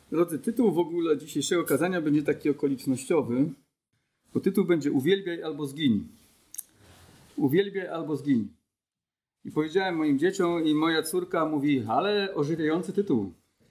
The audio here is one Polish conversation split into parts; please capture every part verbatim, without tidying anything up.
Drodzy, tytuł w ogóle dzisiejszego kazania będzie taki okolicznościowy, bo tytuł będzie Uwielbiaj albo zgiń. Uwielbiaj albo zgiń. I powiedziałem moim dzieciom i moja córka mówi, ale ożywiający tytuł.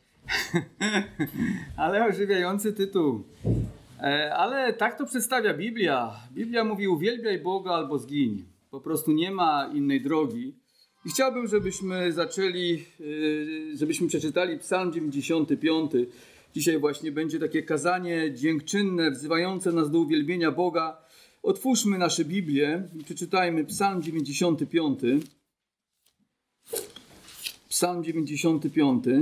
ale ożywiający tytuł. E, ale tak to przedstawia Biblia. Biblia mówi uwielbiaj Boga albo zgiń. Po prostu nie ma innej drogi. I chciałbym, żebyśmy zaczęli, żebyśmy przeczytali Psalm dziewięćdziesiąty piąty. Dzisiaj właśnie będzie takie kazanie dziękczynne, wzywające nas do uwielbienia Boga. Otwórzmy nasze Biblię i przeczytajmy Psalm dziewięćdziesiąty piąty. Psalm dziewięćdziesiąty piąty.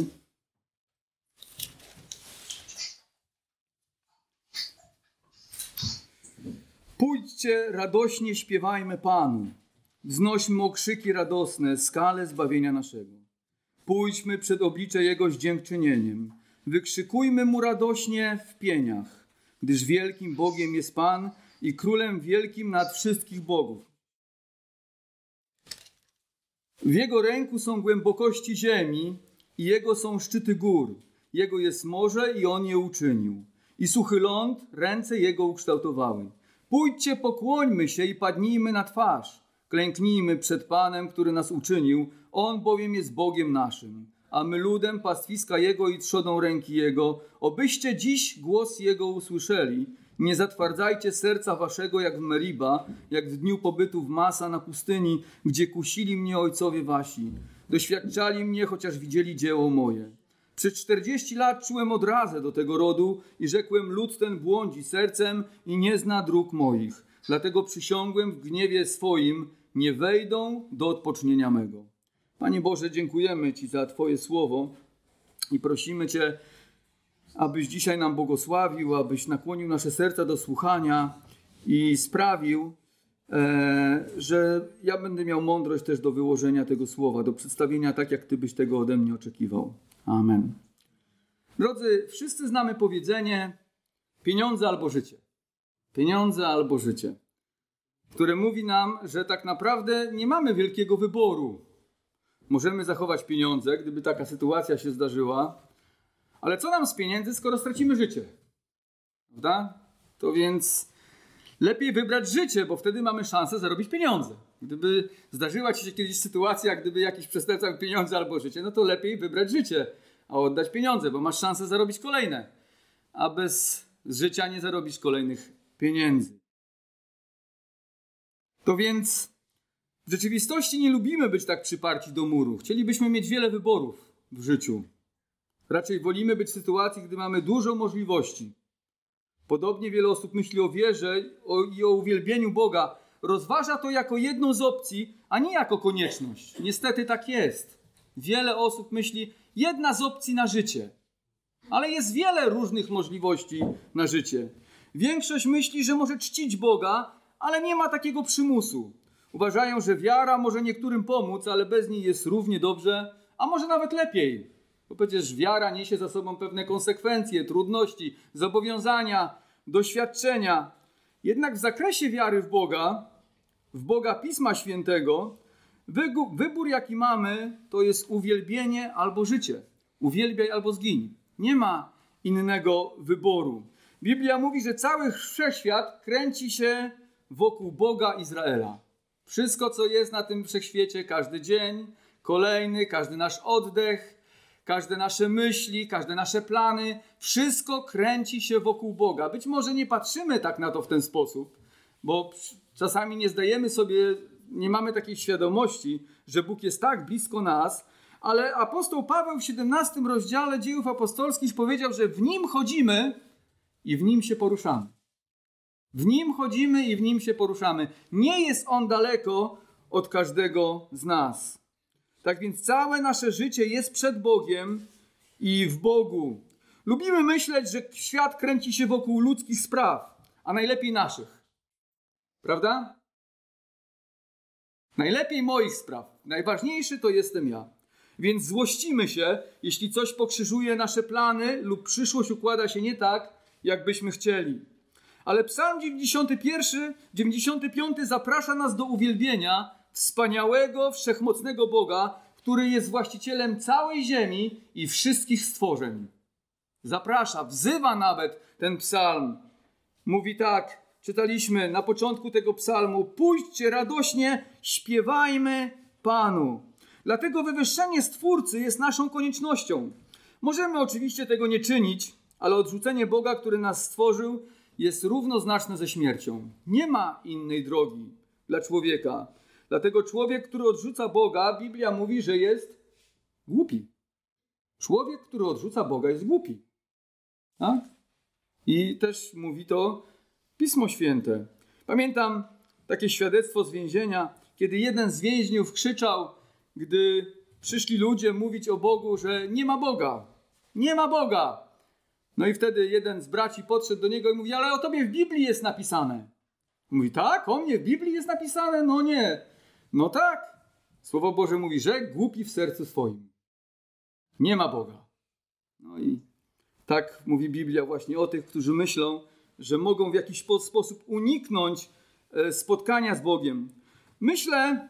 Pójdźcie, radośnie śpiewajmy Panu. Wznośmy okrzyki radosne, skale zbawienia naszego. Pójdźmy przed oblicze Jego z dziękczynieniem. Wykrzykujmy Mu radośnie w pieniach, gdyż wielkim Bogiem jest Pan i Królem wielkim nad wszystkich bogów. W Jego ręku są głębokości ziemi i Jego są szczyty gór. Jego jest morze i On je uczynił. I suchy ląd ręce Jego ukształtowały. Pójdźcie, pokłońmy się i padnijmy na twarz. Klęknijmy przed Panem, który nas uczynił. On bowiem jest Bogiem naszym, a my ludem pastwiska Jego i trzodą ręki Jego. Obyście dziś głos Jego usłyszeli. Nie zatwardzajcie serca waszego jak w Meriba, jak w dniu pobytu w Masa na pustyni, gdzie kusili mnie ojcowie wasi. Doświadczali mnie, chociaż widzieli dzieło moje. Przez czterdzieści lat czułem odrazę do tego rodu i rzekłem, lud ten błądzi sercem i nie zna dróg moich. Dlatego przysiągłem w gniewie swoim, nie wejdą do odpocznienia mego. Panie Boże, dziękujemy Ci za Twoje słowo i prosimy Cię, abyś dzisiaj nam błogosławił, abyś nakłonił nasze serca do słuchania i sprawił, e, że ja będę miał mądrość też do wyłożenia tego słowa, do przedstawienia tak, jak Ty byś tego ode mnie oczekiwał. Amen. Drodzy, wszyscy znamy powiedzenie pieniądze albo życie. Pieniądze albo życie, które mówi nam, że tak naprawdę nie mamy wielkiego wyboru. Możemy zachować pieniądze, gdyby taka sytuacja się zdarzyła, ale co nam z pieniędzy, skoro stracimy życie? Prawda? To więc lepiej wybrać życie, bo wtedy mamy szansę zarobić pieniądze. Gdyby zdarzyła ci się kiedyś sytuacja, gdyby jakiś przestępca miał pieniądze albo życie, no to lepiej wybrać życie, a oddać pieniądze, bo masz szansę zarobić kolejne. A bez życia nie zarobisz kolejnych pieniędzy. To więc w rzeczywistości nie lubimy być tak przyparci do muru. Chcielibyśmy mieć wiele wyborów w życiu. Raczej wolimy być w sytuacji, gdy mamy dużo możliwości. Podobnie wiele osób myśli o wierze i o uwielbieniu Boga. Rozważa to jako jedną z opcji, a nie jako konieczność. Niestety tak jest. Wiele osób myśli, jedna z opcji na życie. Ale jest wiele różnych możliwości na życie. Większość myśli, że może czcić Boga, ale nie ma takiego przymusu. Uważają, że wiara może niektórym pomóc, ale bez niej jest równie dobrze, a może nawet lepiej. Bo przecież wiara niesie za sobą pewne konsekwencje, trudności, zobowiązania, doświadczenia. Jednak w zakresie wiary w Boga, w Boga Pisma Świętego, wybór jaki mamy, to jest uwielbienie albo życie. Uwielbiaj albo zgiń. Nie ma innego wyboru. Biblia mówi, że cały wszechświat kręci się wokół Boga Izraela. Wszystko, co jest na tym wszechświecie, każdy dzień, kolejny, każdy nasz oddech, każde nasze myśli, każde nasze plany, wszystko kręci się wokół Boga. Być może nie patrzymy tak na to w ten sposób, bo czasami nie zdajemy sobie, nie mamy takiej świadomości, że Bóg jest tak blisko nas, ale apostoł Paweł w siedemnastym rozdziale Dziejów Apostolskich powiedział, że w Nim chodzimy i w Nim się poruszamy. W Nim chodzimy i w Nim się poruszamy. Nie jest On daleko od każdego z nas. Tak więc całe nasze życie jest przed Bogiem i w Bogu. Lubimy myśleć, że świat kręci się wokół ludzkich spraw, a najlepiej naszych. Prawda? Najlepiej moich spraw. Najważniejszy to jestem ja. Więc złościmy się, jeśli coś pokrzyżuje nasze plany lub przyszłość układa się nie tak, jak byśmy chcieli. Ale Psalm dziewięćdziesiąty pierwszy, dziewięćdziesiąty piąty zaprasza nas do uwielbienia wspaniałego, wszechmocnego Boga, który jest właścicielem całej ziemi i wszystkich stworzeń. zaprasza, wzywa nawet ten psalm. Mówi tak, czytaliśmy na początku tego psalmu: pójdźcie radośnie, śpiewajmy Panu. Dlatego wywyższenie Stwórcy jest naszą koniecznością. Możemy oczywiście tego nie czynić, ale odrzucenie Boga, który nas stworzył, jest równoznaczne ze śmiercią. Nie ma innej drogi dla człowieka. Dlatego człowiek, który odrzuca Boga, Biblia mówi, że jest głupi. Człowiek, który odrzuca Boga, jest głupi. Tak? I też mówi to Pismo Święte. Pamiętam takie świadectwo z więzienia, kiedy jeden z więźniów krzyczał, gdy przyszli ludzie mówić o Bogu, że nie ma Boga. Nie ma Boga. No i wtedy jeden z braci podszedł do niego i mówi: ale o tobie w Biblii jest napisane. Mówi: tak? O mnie w Biblii jest napisane? No nie. No tak. Słowo Boże mówi, że głupi w sercu swoim. Nie ma Boga. No i tak mówi Biblia właśnie o tych, którzy myślą, że mogą w jakiś sposób uniknąć spotkania z Bogiem. Myślę,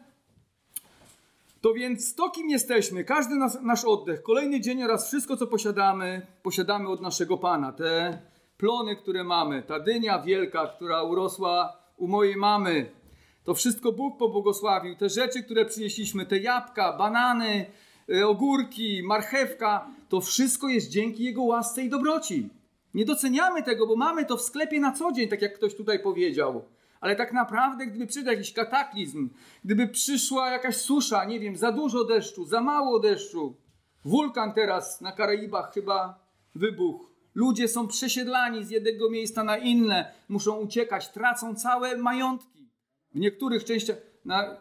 to więc to, kim jesteśmy, każdy nas, nasz oddech, kolejny dzień oraz wszystko, co posiadamy, posiadamy od naszego Pana. Te plony, które mamy, ta dynia wielka, która urosła u mojej mamy, to wszystko Bóg pobłogosławił. Te rzeczy, które przynieśliśmy, te jabłka, banany, ogórki, marchewka, to wszystko jest dzięki Jego łasce i dobroci. Nie doceniamy tego, bo mamy to w sklepie na co dzień, tak jak ktoś tutaj powiedział. Ale tak naprawdę, gdyby przyszedł jakiś kataklizm, gdyby przyszła jakaś susza, nie wiem, za dużo deszczu, za mało deszczu, wulkan teraz na Karaibach chyba wybuchł, ludzie są przesiedlani z jednego miejsca na inne, muszą uciekać, tracą całe majątki. W niektórych częściach, na,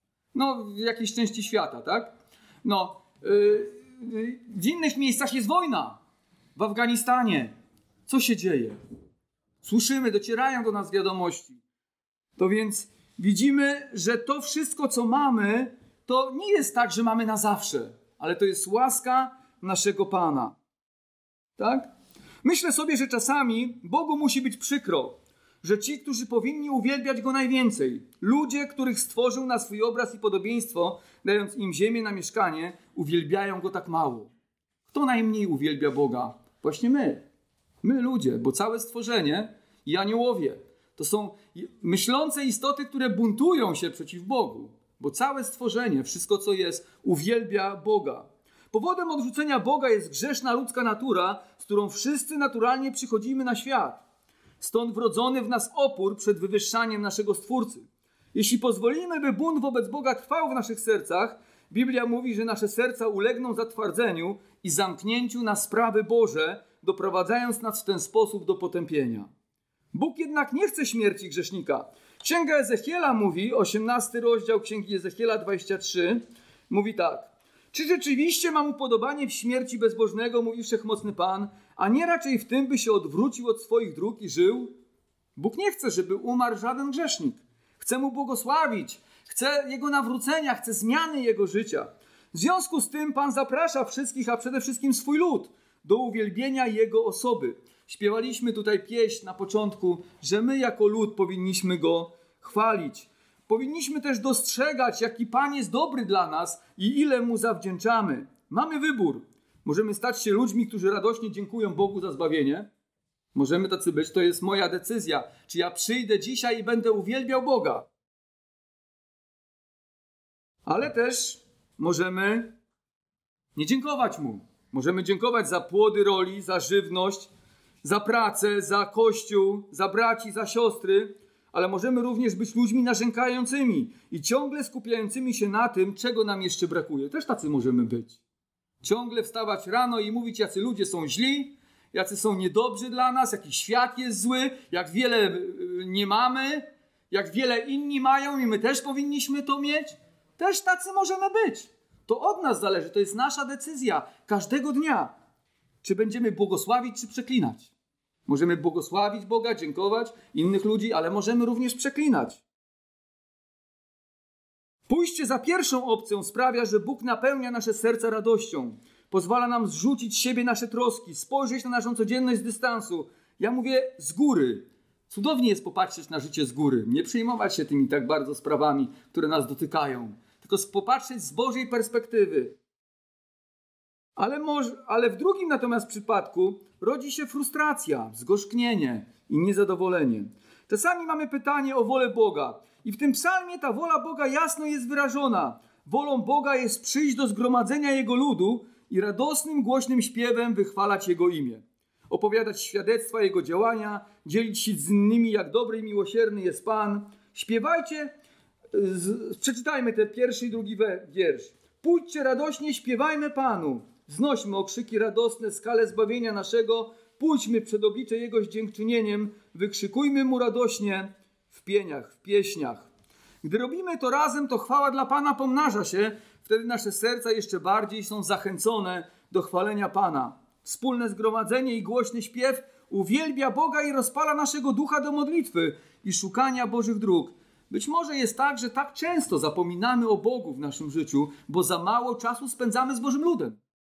no w jakiejś części świata, tak? No, yy, yy, w innych miejscach jest wojna. W Afganistanie. Co się dzieje? Słyszymy, docierają do nas wiadomości. To więc widzimy, że to wszystko, co mamy, to nie jest tak, że mamy na zawsze, ale to jest łaska naszego Pana. Tak? Myślę sobie, że czasami Bogu musi być przykro, że ci, którzy powinni uwielbiać Go najwięcej, ludzie, których stworzył na swój obraz i podobieństwo, dając im ziemię na mieszkanie, uwielbiają Go tak mało. Kto najmniej uwielbia Boga? Właśnie my. My ludzie, bo całe stworzenie i aniołowie to są myślące istoty, które buntują się przeciw Bogu, bo całe stworzenie, wszystko co jest, uwielbia Boga. Powodem odrzucenia Boga jest grzeszna ludzka natura, z którą wszyscy naturalnie przychodzimy na świat. Stąd wrodzony w nas opór przed wywyższaniem naszego Stwórcy. Jeśli pozwolimy, by bunt wobec Boga trwał w naszych sercach, Biblia mówi, że nasze serca ulegną zatwardzeniu i zamknięciu na sprawy Boże, doprowadzając nas w ten sposób do potępienia. Bóg jednak nie chce śmierci grzesznika. Księga Ezechiela mówi, osiemnasty rozdział Księgi Ezechiela dwadzieścia trzy, mówi tak: czy rzeczywiście mam upodobanie w śmierci bezbożnego, mówi Wszechmocny Pan, a nie raczej w tym, by się odwrócił od swoich dróg i żył? Bóg nie chce, żeby umarł żaden grzesznik. Chce mu błogosławić, chce jego nawrócenia, chce zmiany jego życia. W związku z tym Pan zaprasza wszystkich, a przede wszystkim swój lud, do uwielbienia Jego osoby. Śpiewaliśmy tutaj pieśń na początku, że my jako lud powinniśmy Go chwalić. Powinniśmy też dostrzegać, jaki Pan jest dobry dla nas i ile Mu zawdzięczamy. Mamy wybór. Możemy stać się ludźmi, którzy radośnie dziękują Bogu za zbawienie. Możemy tacy być, to jest moja decyzja. Czy ja przyjdę dzisiaj i będę uwielbiał Boga? Ale też możemy nie dziękować Mu. Możemy dziękować za płody roli, za żywność, za pracę, za Kościół, za braci, za siostry, ale możemy również być ludźmi narzękającymi i ciągle skupiającymi się na tym, czego nam jeszcze brakuje. Też tacy możemy być. Ciągle wstawać rano i mówić, jacy ludzie są źli, jacy są niedobrzy dla nas, jaki świat jest zły, jak wiele nie mamy, jak wiele inni mają i my też powinniśmy to mieć. Też tacy możemy być. To od nas zależy, to jest nasza decyzja każdego dnia. Czy będziemy błogosławić, czy przeklinać. Możemy błogosławić Boga, dziękować innych ludzi, ale możemy również przeklinać. Pójście za pierwszą opcją sprawia, że Bóg napełnia nasze serca radością. Pozwala nam zrzucić z siebie nasze troski, spojrzeć na naszą codzienność z dystansu. Ja mówię z góry. Cudownie jest popatrzeć na życie z góry. Nie przejmować się tymi tak bardzo sprawami, które nas dotykają. Tylko popatrzeć z Bożej perspektywy. Ale, może, ale w drugim natomiast przypadku rodzi się frustracja, zgorzknienie i niezadowolenie. Czasami mamy pytanie o wolę Boga i w tym psalmie ta wola Boga jasno jest wyrażona. Wolą Boga jest przyjść do zgromadzenia Jego ludu i radosnym, głośnym śpiewem wychwalać Jego imię. Opowiadać świadectwa Jego działania, dzielić się z innymi, jak dobry i miłosierny jest Pan. Śpiewajcie, z, przeczytajmy ten pierwszy i drugi wiersz. Pójdźcie radośnie, śpiewajmy Panu. Znośmy okrzyki radosne, skalę zbawienia naszego. Pójdźmy przed oblicze Jego z dziękczynieniem. Wykrzykujmy Mu radośnie w pieniach, w pieśniach. Gdy robimy to razem, to chwała dla Pana pomnaża się. Wtedy nasze serca jeszcze bardziej są zachęcone do chwalenia Pana. Wspólne zgromadzenie i głośny śpiew uwielbia Boga i rozpala naszego ducha do modlitwy i szukania Bożych dróg. Być może jest tak, że tak często zapominamy o Bogu w naszym życiu, bo za mało czasu spędzamy z Bożym ludem.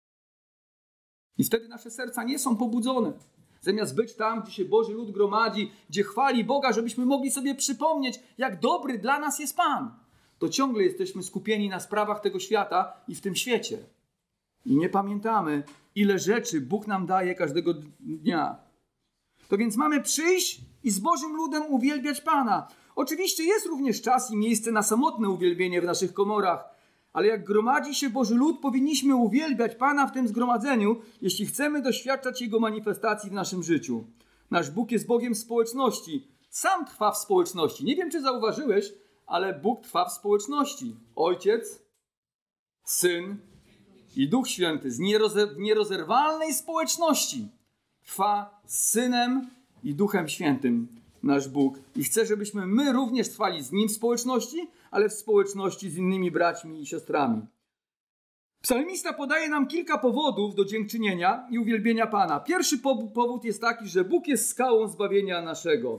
I wtedy nasze serca nie są pobudzone. Zamiast być tam, gdzie się Boży lud gromadzi, gdzie chwali Boga, żebyśmy mogli sobie przypomnieć, jak dobry dla nas jest Pan, to ciągle jesteśmy skupieni na sprawach tego świata i w tym świecie. I nie pamiętamy, ile rzeczy Bóg nam daje każdego dnia. To więc mamy przyjść i z Bożym ludem uwielbiać Pana. Oczywiście jest również czas i miejsce na samotne uwielbienie w naszych komorach, ale jak gromadzi się Boży lud, powinniśmy uwielbiać Pana w tym zgromadzeniu, jeśli chcemy doświadczać Jego manifestacji w naszym życiu. Nasz Bóg jest Bogiem społeczności. Sam trwa w społeczności. Nie wiem, czy zauważyłeś, ale Bóg trwa w społeczności. Ojciec, Syn i Duch Święty z nierozer- nierozerwalnej społeczności trwa z Synem i Duchem Świętym nasz Bóg. I chce, żebyśmy my również trwali z Nim w społeczności, ale w społeczności z innymi braćmi i siostrami. Psalmista podaje nam kilka powodów do dziękczynienia i uwielbienia Pana. Pierwszy powód jest taki, że Bóg jest skałą zbawienia naszego.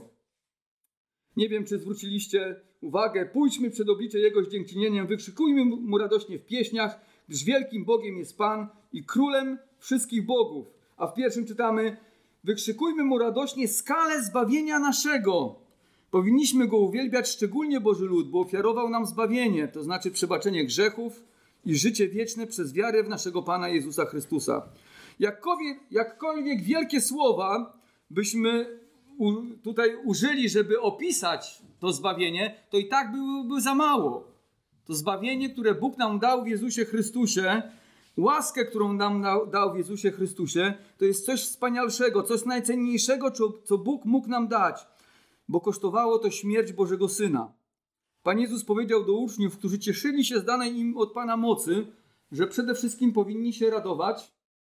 Nie wiem, czy zwróciliście uwagę. Pójdźmy przed oblicze Jego z dziękczynieniem, wykrzykujmy Mu radośnie w pieśniach, gdyż wielkim Bogiem jest Pan i Królem wszystkich bogów. A w pierwszym czytamy: wykrzykujmy Mu radośnie skalę zbawienia naszego. Powinniśmy Go uwielbiać, szczególnie Boży lud, bo ofiarował nam zbawienie, to znaczy przebaczenie grzechów i życie wieczne przez wiarę w naszego Pana Jezusa Chrystusa. Jakkolwiek, jakkolwiek wielkie słowa byśmy u, tutaj użyli, żeby opisać to zbawienie, to i tak byłoby za mało. To zbawienie, które Bóg nam dał w Jezusie Chrystusie, łaskę, którą nam dał w Jezusie Chrystusie, to jest coś wspanialszego, coś najcenniejszego, co Bóg mógł nam dać, bo kosztowało to śmierć Bożego Syna. Pan Jezus powiedział do uczniów, którzy cieszyli się z danej im od Pana mocy, że przede wszystkim powinni się radować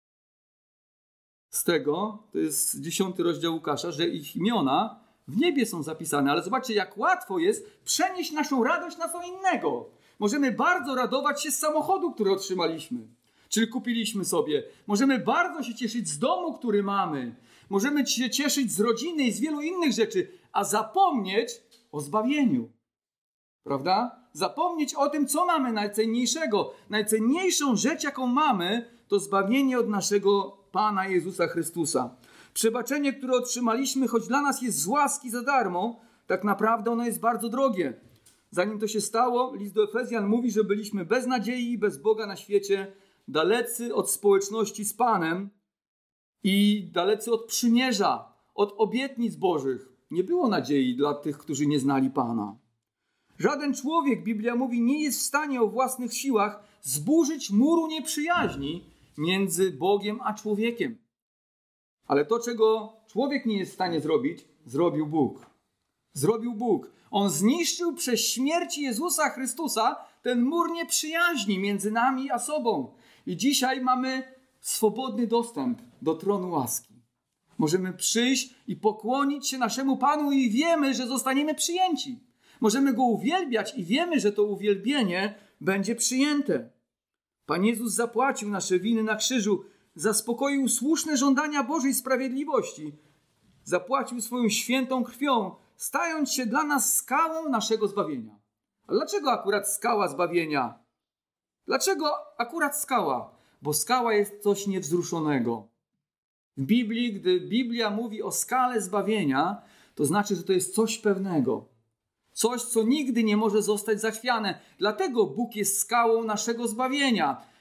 z tego, to jest dziesiąty rozdział Łukasza, że ich imiona w niebie są zapisane. Ale zobaczcie, jak łatwo jest przenieść naszą radość na co innego. Możemy bardzo radować się z samochodu, który otrzymaliśmy, czyli kupiliśmy sobie. Możemy bardzo się cieszyć z domu, który mamy. Możemy się cieszyć z rodziny i z wielu innych rzeczy, a zapomnieć o zbawieniu. Prawda? Zapomnieć o tym, co mamy najcenniejszego. Najcenniejszą rzecz, jaką mamy, to zbawienie od naszego Pana Jezusa Chrystusa. Przebaczenie, które otrzymaliśmy, choć dla nas jest z łaski za darmo, tak naprawdę ono jest bardzo drogie. Zanim to się stało, list do Efezjan mówi, że byliśmy bez nadziei i bez Boga na świecie, dalecy od społeczności z Panem i dalecy od przymierza, od obietnic Bożych. Nie było nadziei dla tych, którzy nie znali Pana. Żaden człowiek, Biblia mówi, nie jest w stanie o własnych siłach zburzyć muru nieprzyjaźni między Bogiem a człowiekiem. Ale to, czego człowiek nie jest w stanie zrobić, zrobił Bóg. Zrobił Bóg. On zniszczył przez śmierć Jezusa Chrystusa ten mur nieprzyjaźni między nami a sobą. I dzisiaj mamy swobodny dostęp do tronu łaski. Możemy przyjść i pokłonić się naszemu Panu i wiemy, że zostaniemy przyjęci. Możemy Go uwielbiać i wiemy, że to uwielbienie będzie przyjęte. Pan Jezus zapłacił nasze winy na krzyżu, zaspokoił słuszne żądania Bożej sprawiedliwości. Zapłacił swoją świętą krwią, stając się dla nas skałą naszego zbawienia. A dlaczego akurat skała zbawienia? Dlaczego akurat skała? Bo skała jest coś niewzruszonego. W Biblii, gdy Biblia mówi o skale zbawienia, to znaczy, że to jest coś pewnego. Coś, co nigdy nie może zostać zachwiane. Dlatego Bóg jest skałą naszego zbawienia.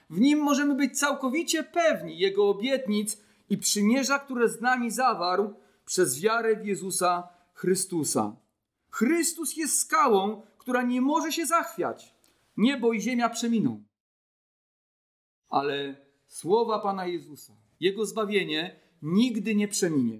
W nim możemy być całkowicie pewni Jego obietnic i przymierza, które z nami zawarł przez wiarę w Jezusa Chrystusa. Chrystus jest skałą, która nie może się zachwiać. Niebo i ziemia przeminą. Ale słowa Pana Jezusa, Jego zbawienie nigdy nie przeminie.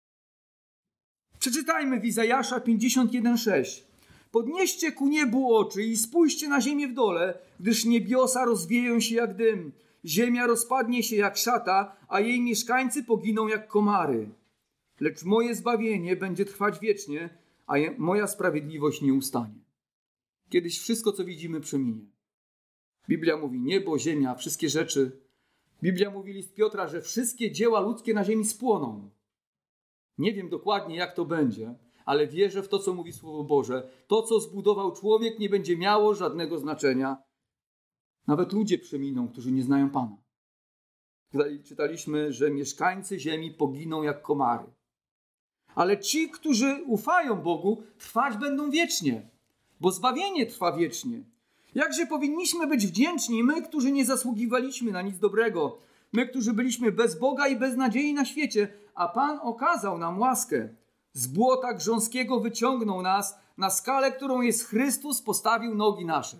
Przeczytajmy w Izajasza pięćdziesiąt jeden, sześć. Podnieście ku niebu oczy i spójrzcie na ziemię w dole, gdyż niebiosa rozwieją się jak dym, ziemia rozpadnie się jak szata, a jej mieszkańcy poginą jak komary. Lecz moje zbawienie będzie trwać wiecznie, a moja sprawiedliwość nie ustanie. Kiedyś wszystko, co widzimy, przeminie. Biblia mówi niebo, ziemia, wszystkie rzeczy. Biblia mówi, list Piotra, że wszystkie dzieła ludzkie na ziemi spłoną. Nie wiem dokładnie, jak to będzie, ale wierzę w to, co mówi Słowo Boże. To, co zbudował człowiek, nie będzie miało żadnego znaczenia. Nawet ludzie przeminą, którzy nie znają Pana. Tutaj czytaliśmy, że mieszkańcy ziemi poginą jak komary. Ale ci, którzy ufają Bogu, trwać będą wiecznie, bo zbawienie trwa wiecznie. Jakże powinniśmy być wdzięczni my, którzy nie zasługiwaliśmy na nic dobrego, my, którzy byliśmy bez Boga i bez nadziei na świecie, a Pan okazał nam łaskę. Z błota grząskiego wyciągnął nas, na skalę, którą jest Chrystus, postawił nogi nasze.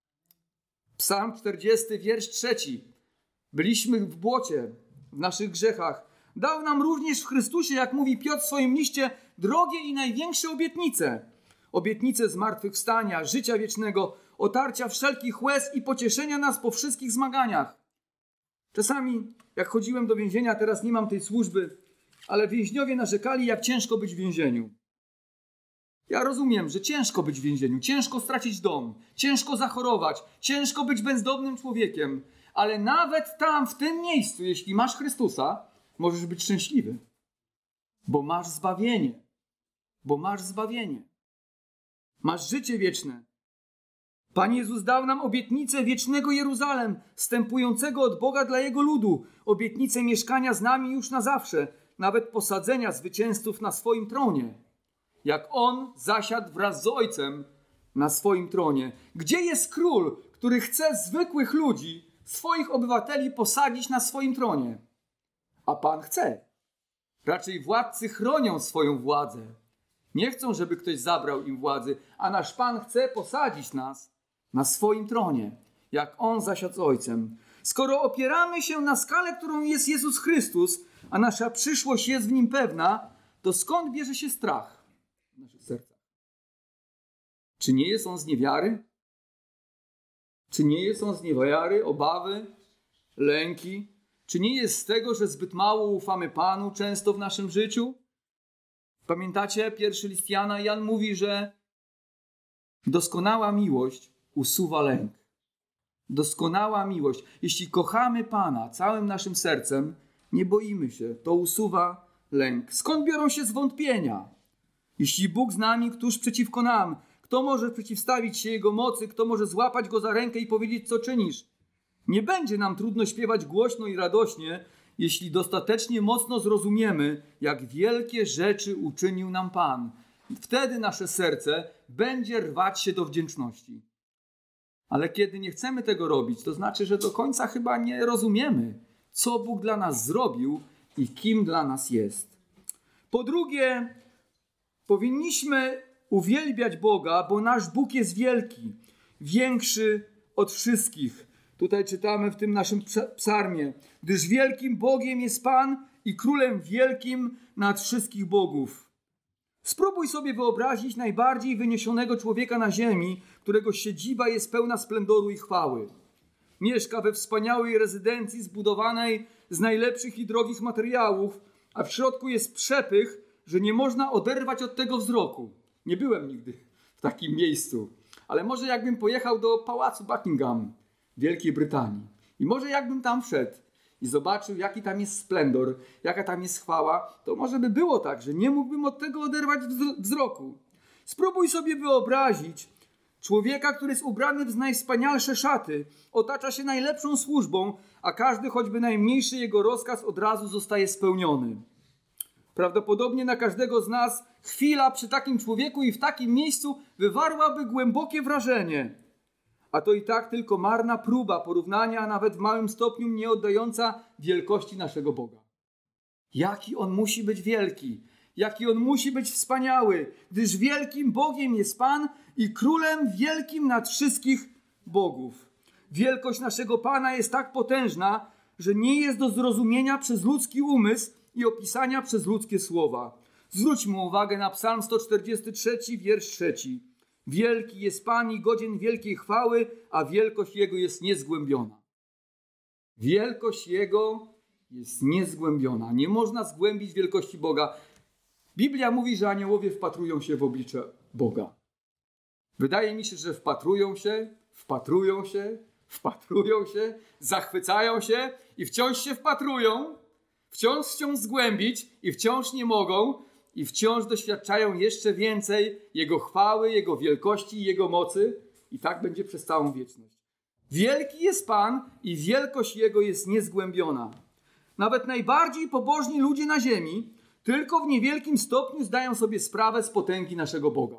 Psalm czterdziesty, wiersz trzeci. Byliśmy w błocie, w naszych grzechach. Dał nam również w Chrystusie, jak mówi Piotr w swoim liście, drogie i największe obietnice. Obietnice zmartwychwstania, życia wiecznego, otarcia wszelkich łez i pocieszenia nas po wszystkich zmaganiach. Czasami, jak chodziłem do więzienia, teraz nie mam tej służby, ale więźniowie narzekali, jak ciężko być w więzieniu. Ja rozumiem, że ciężko być w więzieniu, ciężko stracić dom, ciężko zachorować, ciężko być bezdomnym człowiekiem, ale nawet tam, w tym miejscu, jeśli masz Chrystusa, możesz być szczęśliwy, bo masz zbawienie, bo masz zbawienie. Masz życie wieczne. Pan Jezus dał nam obietnicę wiecznego Jeruzalem, wstępującego od Boga dla Jego ludu, obietnicę mieszkania z nami już na zawsze, nawet posadzenia zwycięzców na swoim tronie. Jak On zasiadł wraz z Ojcem na swoim tronie. Gdzie jest król, który chce zwykłych ludzi, swoich obywateli posadzić na swoim tronie? A Pan chce. Raczej władcy chronią swoją władzę. Nie chcą, żeby ktoś zabrał im władzy, a nasz Pan chce posadzić nas na swoim tronie, jak On zasiadł z Ojcem. Skoro opieramy się na skale, którą jest Jezus Chrystus, a nasza przyszłość jest w Nim pewna, to skąd bierze się strach w naszych sercach? Czy nie jest on z niewiary? Czy nie jest on z niewiary, obawy, lęki? Czy nie jest z tego, że zbyt mało ufamy Panu często w naszym życiu? Pamiętacie pierwszy list Jana? Jan mówi, że doskonała miłość usuwa lęk. Doskonała miłość. Jeśli kochamy Pana całym naszym sercem, nie boimy się. To usuwa lęk. Skąd biorą się zwątpienia? Jeśli Bóg z nami, któż przeciwko nam? Kto może przeciwstawić się Jego mocy? Kto może złapać Go za rękę i powiedzieć, co czynisz? Nie będzie nam trudno śpiewać głośno i radośnie, jeśli dostatecznie mocno zrozumiemy, jak wielkie rzeczy uczynił nam Pan. Wtedy nasze serce będzie rwać się do wdzięczności. Ale kiedy nie chcemy tego robić, to znaczy, że do końca chyba nie rozumiemy, co Bóg dla nas zrobił i kim dla nas jest. Po drugie, powinniśmy uwielbiać Boga, bo nasz Bóg jest wielki, większy od wszystkich. Tutaj czytamy w tym naszym psalmie, gdyż wielkim Bogiem jest Pan i królem wielkim nad wszystkich bogów. Spróbuj sobie wyobrazić najbardziej wyniesionego człowieka na ziemi, którego siedziba jest pełna splendoru i chwały. Mieszka we wspaniałej rezydencji zbudowanej z najlepszych i drogich materiałów, a w środku jest przepych, że nie można oderwać od tego wzroku. Nie byłem nigdy w takim miejscu, ale może jakbym pojechał do pałacu Buckingham w Wielkiej Brytanii i może jakbym tam wszedł i zobaczył, jaki tam jest splendor, jaka tam jest chwała, to może by było tak, że nie mógłbym od tego oderwać wzroku. Spróbuj sobie wyobrazić człowieka, który jest ubrany w najwspanialsze szaty, otacza się najlepszą służbą, a każdy, choćby najmniejszy jego rozkaz od razu zostaje spełniony. Prawdopodobnie na każdego z nas chwila przy takim człowieku i w takim miejscu wywarłaby głębokie wrażenie. a to i tak tylko marna próba porównania, a nawet w małym stopniu nie oddająca wielkości naszego Boga. Jaki On musi być wielki, jaki On musi być wspaniały, gdyż wielkim Bogiem jest Pan i Królem wielkim nad wszystkich bogów. Wielkość naszego Pana jest tak potężna, że nie jest do zrozumienia przez ludzki umysł i opisania przez ludzkie słowa. Zwróćmy uwagę na Psalm sto czterdziesty trzeci, wiersz trzeci. Wielki jest Pan i godzien wielkiej chwały, a wielkość Jego jest niezgłębiona. Wielkość Jego jest niezgłębiona. Nie można zgłębić wielkości Boga. Biblia mówi, że aniołowie wpatrują się w oblicze Boga. Wydaje mi się, że wpatrują się, wpatrują się, wpatrują się, zachwycają się i wciąż się wpatrują, wciąż chcą zgłębić i wciąż nie mogą i wciąż doświadczają jeszcze więcej Jego chwały, Jego wielkości i Jego mocy i tak będzie przez całą wieczność. Wielki jest Pan i wielkość Jego jest niezgłębiona. Nawet najbardziej pobożni ludzie na ziemi tylko w niewielkim stopniu zdają sobie sprawę z potęgi naszego Boga.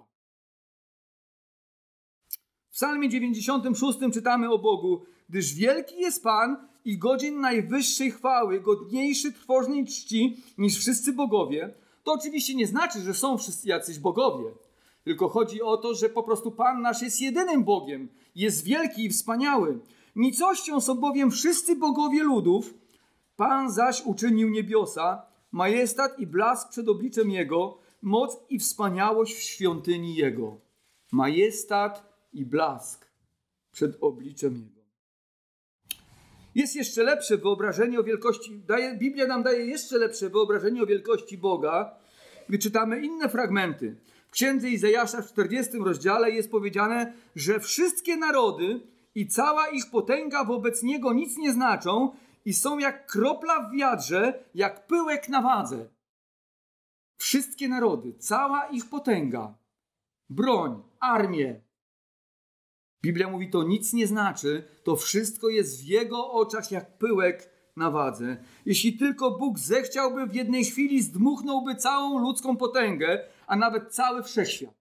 W Psalmie dziewięćdziesiątym szóstym czytamy o Bogu: gdyż wielki jest Pan i godzien najwyższej chwały, godniejszy trwożnej czci niż wszyscy bogowie. To oczywiście nie znaczy, że są wszyscy jacyś bogowie, tylko chodzi o to, że po prostu Pan nasz jest jedynym Bogiem, jest wielki i wspaniały. Nicością są bowiem wszyscy bogowie ludów, Pan zaś uczynił niebiosa, majestat i blask przed obliczem Jego, moc i wspaniałość w świątyni Jego. Majestat i blask przed obliczem Jego. Jest jeszcze lepsze wyobrażenie o wielkości, daje, Biblia nam daje jeszcze lepsze wyobrażenie o wielkości Boga, gdy czytamy inne fragmenty. W Księdze Izajasza w czterdziestym rozdziale jest powiedziane, że wszystkie narody i cała ich potęga wobec Niego nic nie znaczą i są jak kropla w wiadrze, jak pyłek na wadze. Wszystkie narody, cała ich potęga, broń, armię. Biblia mówi, to nic nie znaczy, to wszystko jest w Jego oczach jak pyłek na wadze. Jeśli tylko Bóg zechciałby, w jednej chwili zdmuchnąłby całą ludzką potęgę, a nawet cały wszechświat.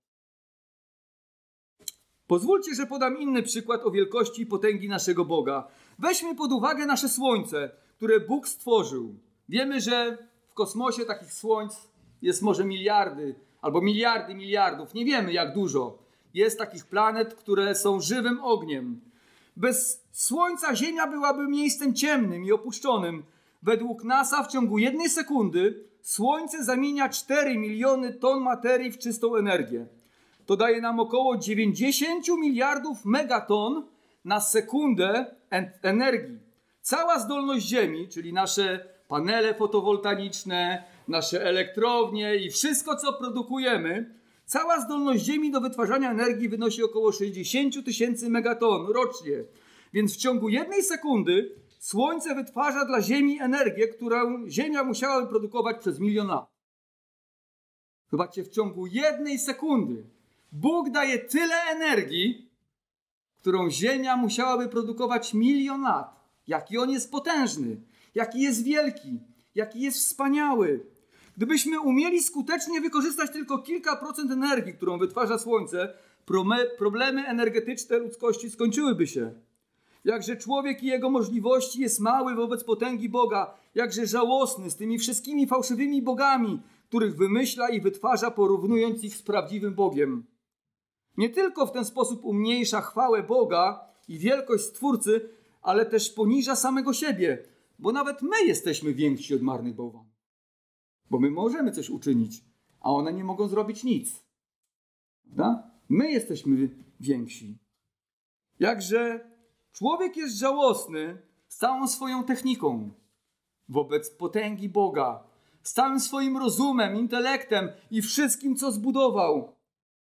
Pozwólcie, że podam inny przykład o wielkości i potęgi naszego Boga. Weźmy pod uwagę nasze Słońce, które Bóg stworzył. Wiemy, że w kosmosie takich słońc jest może miliardy, albo miliardy miliardów. Nie wiemy jak dużo. Jest takich planet, które są żywym ogniem. Bez Słońca Ziemia byłaby miejscem ciemnym i opuszczonym. Według NASA w ciągu jednej sekundy Słońce zamienia cztery miliony ton materii w czystą energię. To daje nam około dziewięćdziesiąt miliardów megaton na sekundę energii. Cała zdolność Ziemi, czyli nasze panele fotowoltaiczne, nasze elektrownie i wszystko, co produkujemy, cała zdolność Ziemi do wytwarzania energii wynosi około sześćdziesiąt tysięcy megaton rocznie. Więc w ciągu jednej sekundy Słońce wytwarza dla Ziemi energię, którą Ziemia musiałaby produkować przez milion lat. Zobaczcie, w ciągu jednej sekundy Bóg daje tyle energii, którą Ziemia musiałaby produkować milion lat. Jaki On jest potężny, jaki jest wielki, jaki jest wspaniały. Gdybyśmy umieli skutecznie wykorzystać tylko kilka procent energii, którą wytwarza Słońce, problemy energetyczne ludzkości skończyłyby się. Jakże człowiek i jego możliwości jest mały wobec potęgi Boga, jakże żałosny z tymi wszystkimi fałszywymi bogami, których wymyśla i wytwarza, porównując ich z prawdziwym Bogiem. Nie tylko w ten sposób umniejsza chwałę Boga i wielkość Stwórcy, ale też poniża samego siebie, bo nawet my jesteśmy więksi od marnych bałwanów. Bo my możemy coś uczynić, a one nie mogą zrobić nic. Prawda? My jesteśmy więksi. Jakże człowiek jest żałosny z całą swoją techniką wobec potęgi Boga, z całym swoim rozumem, intelektem i wszystkim, co zbudował.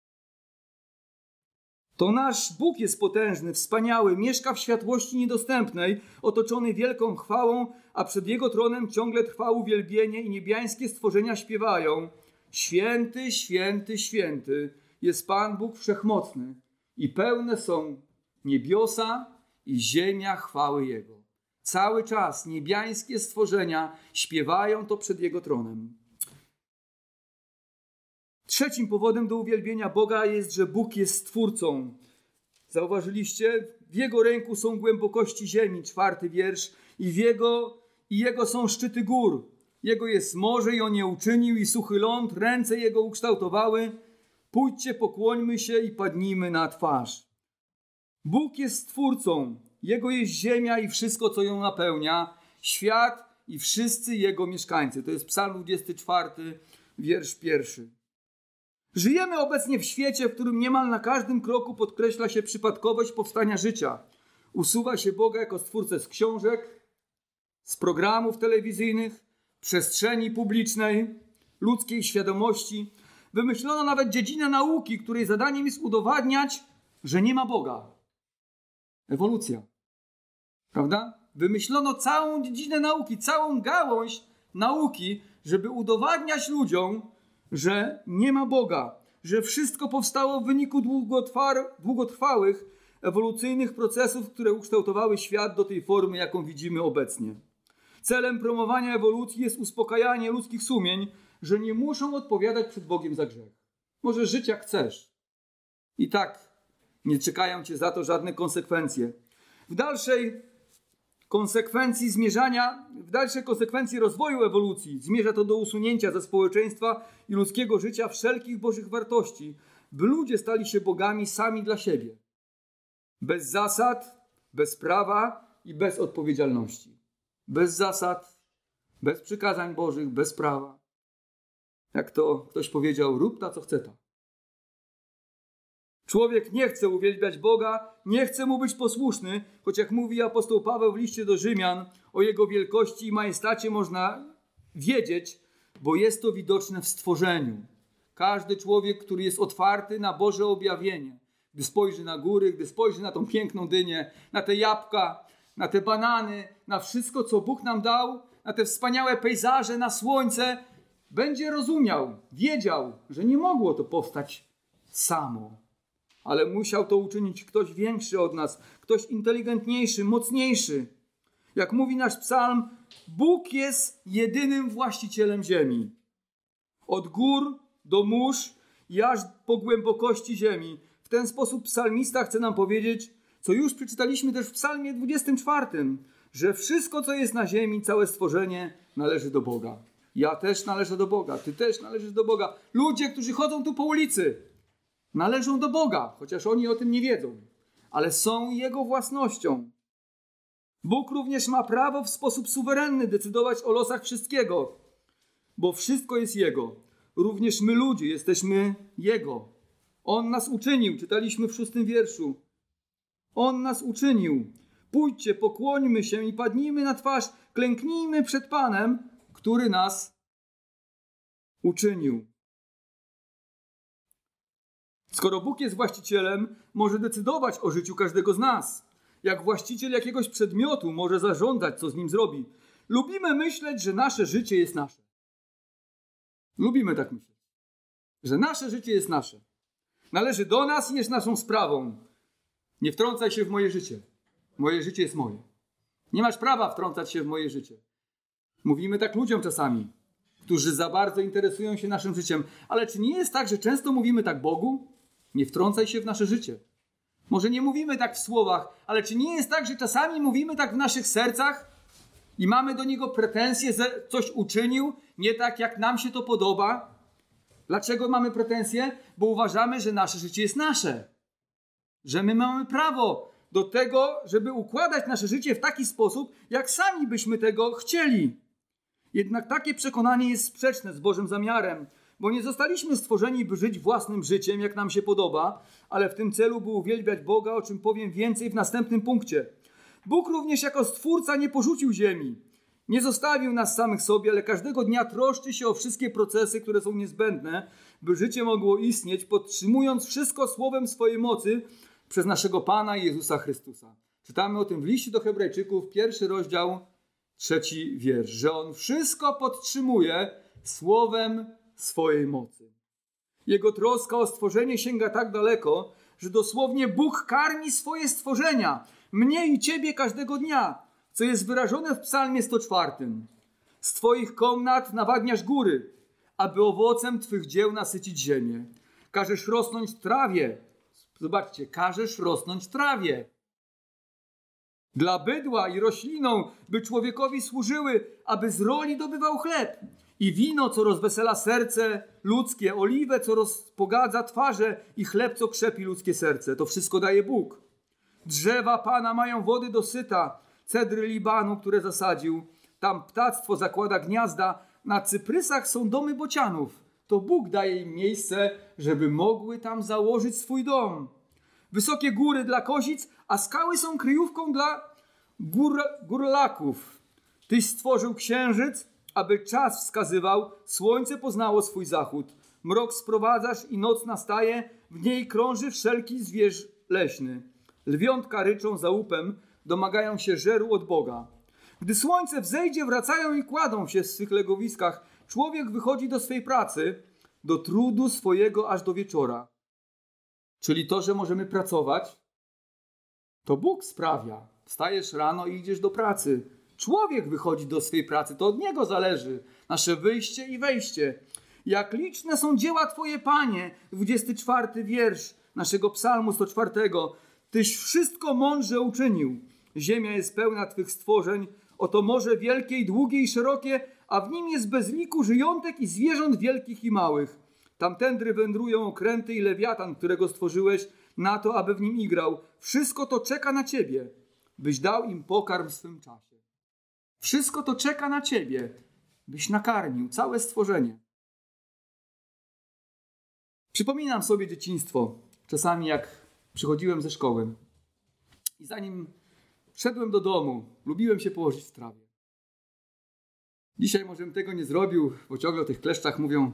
To nasz Bóg jest potężny, wspaniały, mieszka w światłości niedostępnej, otoczony wielką chwałą, a przed Jego tronem ciągle trwa uwielbienie i niebiańskie stworzenia śpiewają: Święty, święty, święty jest Pan Bóg Wszechmocny i pełne są niebiosa i ziemia chwały Jego. Cały czas niebiańskie stworzenia śpiewają to przed Jego tronem. Trzecim powodem do uwielbienia Boga jest, że Bóg jest Stwórcą. Zauważyliście? W Jego ręku są głębokości ziemi, czwarty wiersz, i w Jego, i Jego są szczyty gór. Jego jest morze i On je uczynił, i suchy ląd, ręce Jego ukształtowały. Pójdźcie, pokłońmy się i padnijmy na twarz. Bóg jest Stwórcą, Jego jest ziemia i wszystko, co ją napełnia, świat i wszyscy Jego mieszkańcy. To jest Psalm dwudziesty czwarty, wiersz pierwszy. Żyjemy obecnie w świecie, w którym niemal na każdym kroku podkreśla się przypadkowość powstania życia. Usuwa się Boga jako Stwórcę z książek, z programów telewizyjnych, przestrzeni publicznej, ludzkiej świadomości. Wymyślono nawet dziedzinę nauki, której zadaniem jest udowadniać, że nie ma Boga. Ewolucja. Prawda? Wymyślono całą dziedzinę nauki, całą gałąź nauki, żeby udowadniać ludziom, że nie ma Boga, że wszystko powstało w wyniku długotrwałych, ewolucyjnych procesów, które ukształtowały świat do tej formy, jaką widzimy obecnie. Celem promowania ewolucji jest uspokajanie ludzkich sumień, że nie muszą odpowiadać przed Bogiem za grzech. Możesz żyć jak chcesz. I tak nie czekają cię za to żadne konsekwencje. W dalszej konsekwencji zmierzania, w dalszej konsekwencji rozwoju ewolucji zmierza to do usunięcia ze społeczeństwa i ludzkiego życia wszelkich bożych wartości, by ludzie stali się bogami sami dla siebie. Bez zasad, bez prawa i bez odpowiedzialności. Bez zasad, bez przykazań bożych, bez prawa. Jak to ktoś powiedział, rób ta, co chce ta. Człowiek nie chce uwielbiać Boga, nie chce Mu być posłuszny, choć jak mówi apostoł Paweł w liście do Rzymian, o Jego wielkości i majestacie można wiedzieć, bo jest to widoczne w stworzeniu. Każdy człowiek, który jest otwarty na Boże objawienie, gdy spojrzy na góry, gdy spojrzy na tą piękną dynię, na te jabłka, na te banany, na wszystko, co Bóg nam dał, na te wspaniałe pejzaże, na słońce, będzie rozumiał, wiedział, że nie mogło to powstać samo. Ale musiał to uczynić ktoś większy od nas, ktoś inteligentniejszy, mocniejszy. Jak mówi nasz psalm, Bóg jest jedynym właścicielem ziemi. Od gór do mórz i aż po głębokości ziemi. W ten sposób psalmista chce nam powiedzieć, co już przeczytaliśmy też w psalmie dwudziestym czwartym, że wszystko, co jest na ziemi, całe stworzenie należy do Boga. Ja też należę do Boga, ty też należysz do Boga. Ludzie, którzy chodzą tu po ulicy, należą do Boga, chociaż oni o tym nie wiedzą, ale są Jego własnością. Bóg również ma prawo w sposób suwerenny decydować o losach wszystkiego, bo wszystko jest Jego. Również my ludzie jesteśmy Jego. On nas uczynił, czytaliśmy w szóstym wierszu. On nas uczynił. Pójdźcie, pokłońmy się i padnijmy na twarz, klęknijmy przed Panem, który nas uczynił. Skoro Bóg jest właścicielem, może decydować o życiu każdego z nas. Jak właściciel jakiegoś przedmiotu może zarządzać, co z nim zrobi. Lubimy myśleć, że nasze życie jest nasze. Lubimy tak myśleć, że nasze życie jest nasze. Należy do nas i jest naszą sprawą. Nie wtrącaj się w moje życie. Moje życie jest moje. Nie masz prawa wtrącać się w moje życie. Mówimy tak ludziom czasami, którzy za bardzo interesują się naszym życiem. Ale czy nie jest tak, że często mówimy tak Bogu? Nie wtrącaj się w nasze życie. Może nie mówimy tak w słowach, ale czy nie jest tak, że czasami mówimy tak w naszych sercach i mamy do Niego pretensje, że coś uczynił nie tak, jak nam się to podoba? Dlaczego mamy pretensje? Bo uważamy, że nasze życie jest nasze. Że my mamy prawo do tego, żeby układać nasze życie w taki sposób, jak sami byśmy tego chcieli. Jednak takie przekonanie jest sprzeczne z Bożym zamiarem, bo nie zostaliśmy stworzeni, by żyć własnym życiem, jak nam się podoba, ale w tym celu, by uwielbiać Boga, o czym powiem więcej w następnym punkcie. Bóg również jako Stwórca nie porzucił ziemi. Nie zostawił nas samych sobie, ale każdego dnia troszczy się o wszystkie procesy, które są niezbędne, by życie mogło istnieć, podtrzymując wszystko słowem swojej mocy przez naszego Pana Jezusa Chrystusa. Czytamy o tym w liście do Hebrajczyków, pierwszy rozdział, trzeci wiersz, że On wszystko podtrzymuje słowem swojej mocy. Jego troska o stworzenie sięga tak daleko, że dosłownie Bóg karmi swoje stworzenia, mnie i ciebie każdego dnia, co jest wyrażone w psalmie sto czwartym. Z twoich komnat nawadniasz góry, aby owocem twych dzieł nasycić ziemię. Każesz rosnąć trawie, Zobaczcie, każesz rosnąć trawie. Dla bydła i roślinom, by człowiekowi służyły, aby z roli dobywał chleb. I wino, co rozwesela serce ludzkie, oliwę, co rozpogadza twarze i chleb, co krzepi ludzkie serce. To wszystko daje Bóg. Drzewa Pana mają wody dosyta, cedry Libanu, które zasadził. Tam ptactwo zakłada gniazda, na cyprysach są domy bocianów. To Bóg daje im miejsce, żeby mogły tam założyć swój dom. Wysokie góry dla kozic, a skały są kryjówką dla gór, górlaków. Tyś stworzył księżyc, aby czas wskazywał, słońce poznało swój zachód. Mrok sprowadzasz i noc nastaje, w niej krąży wszelki zwierz leśny. Lwiątka ryczą za łupem, domagają się żeru od Boga. Gdy słońce wzejdzie, wracają i kładą się w swych legowiskach. Człowiek wychodzi do swej pracy, do trudu swojego aż do wieczora. Czyli to, że możemy pracować, to Bóg sprawia. Wstajesz rano i idziesz do pracy. Człowiek wychodzi do swej pracy, to od niego zależy nasze wyjście i wejście. Jak liczne są dzieła Twoje, Panie, dwudziesty czwarty wiersz naszego psalmu sto czwartego. Tyś wszystko mądrze uczynił. Ziemia jest pełna Twych stworzeń. Oto morze wielkie i długie i szerokie, a w nim jest bez liku żyjątek i zwierząt wielkich i małych. Tamtędry wędrują okręty i lewiatan, którego stworzyłeś na to, aby w nim igrał. Wszystko to czeka na Ciebie, byś dał im pokarm w swym czasie. Wszystko to czeka na Ciebie, byś nakarmił całe stworzenie. Przypominam sobie dzieciństwo, czasami jak przychodziłem ze szkoły i zanim szedłem do domu, lubiłem się położyć w trawie. Dzisiaj może bym tego nie zrobił, bo ciągle o tych kleszczach mówią.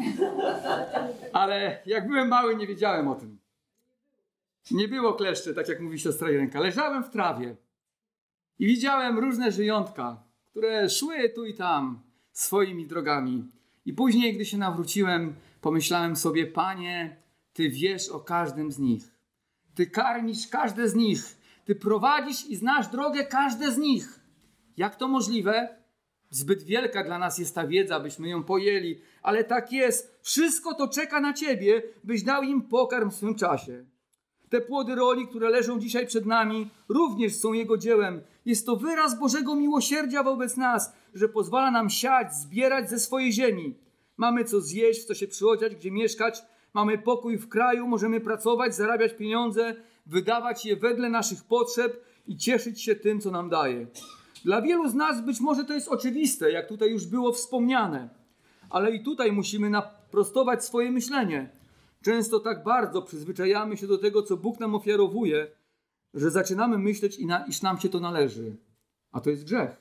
Ale jak byłem mały, nie wiedziałem o tym. Nie było kleszczy, tak jak mówi siostra Irenka. Leżałem w trawie i widziałem różne żyjątka, które szły tu i tam swoimi drogami. I później, gdy się nawróciłem, pomyślałem sobie, Panie, Ty wiesz o każdym z nich. Ty karmisz każde z nich. Ty prowadzisz i znasz drogę każde z nich. Jak to możliwe? Zbyt wielka dla nas jest ta wiedza, byśmy ją pojęli, ale tak jest. Wszystko to czeka na Ciebie, byś dał im pokarm w swym czasie. Te płody roli, które leżą dzisiaj przed nami, również są Jego dziełem. Jest to wyraz Bożego miłosierdzia wobec nas, że pozwala nam siać, zbierać ze swojej ziemi. Mamy co zjeść, w co się przyodziać, gdzie mieszkać. Mamy pokój w kraju, możemy pracować, zarabiać pieniądze, wydawać je wedle naszych potrzeb i cieszyć się tym, co nam daje. Dla wielu z nas być może to jest oczywiste, jak tutaj już było wspomniane. Ale i tutaj musimy naprostować swoje myślenie. Często tak bardzo przyzwyczajamy się do tego, co Bóg nam ofiarowuje, że zaczynamy myśleć, iż nam się to należy. A to jest grzech.